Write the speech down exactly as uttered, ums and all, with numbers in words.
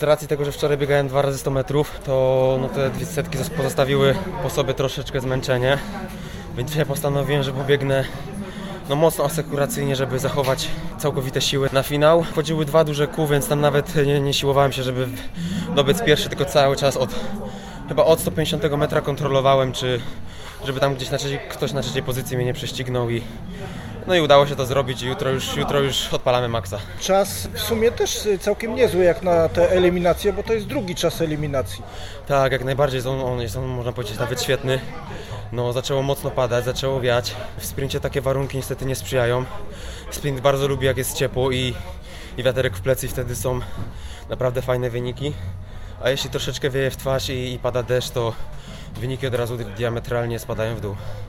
z racji tego, że wczoraj biegałem dwa razy sto metrów, to no, te dwie setki pozostawiły po sobie troszeczkę zmęczenie, więc dzisiaj postanowiłem, że pobiegnę no, mocno asekuracyjnie, żeby zachować całkowite siły na finał. Wchodziły dwa duże kół, więc tam nawet nie, nie siłowałem się, żeby dobiec pierwszy, tylko cały czas od chyba od sto pięćdziesiątego metra kontrolowałem, czy żeby tam gdzieś na trzeciej, ktoś na trzeciej pozycji mnie nie prześcignął i no i udało się to zrobić i jutro już, jutro już odpalamy maksa. Czas w sumie też całkiem niezły jak na te eliminacje, bo to jest drugi czas eliminacji. Tak, jak najbardziej jest on, on jest on, można powiedzieć, nawet świetny. No, zaczęło mocno padać, zaczęło wiać. W sprincie takie warunki niestety nie sprzyjają. Sprint bardzo lubi, jak jest ciepło i, i wiaterek w plecy i wtedy są naprawdę fajne wyniki. A jeśli troszeczkę wieje w twarz i, i pada deszcz, to wyniki od razu diametralnie spadają w dół.